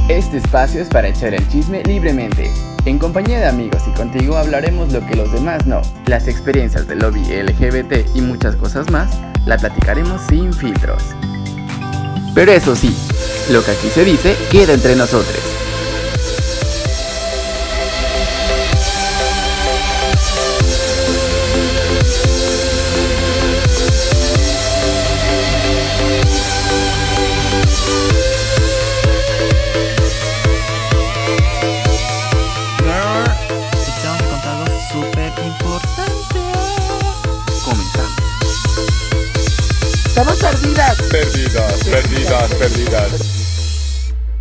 Este espacio es para echar el chisme libremente. En compañía de amigos y contigo hablaremos lo que los demás no. Las experiencias del lobby LGBT y muchas cosas más, la platicaremos sin filtros. Pero eso sí, lo que aquí se dice queda entre nosotros. ¡Estamos perdidas! Perdidas.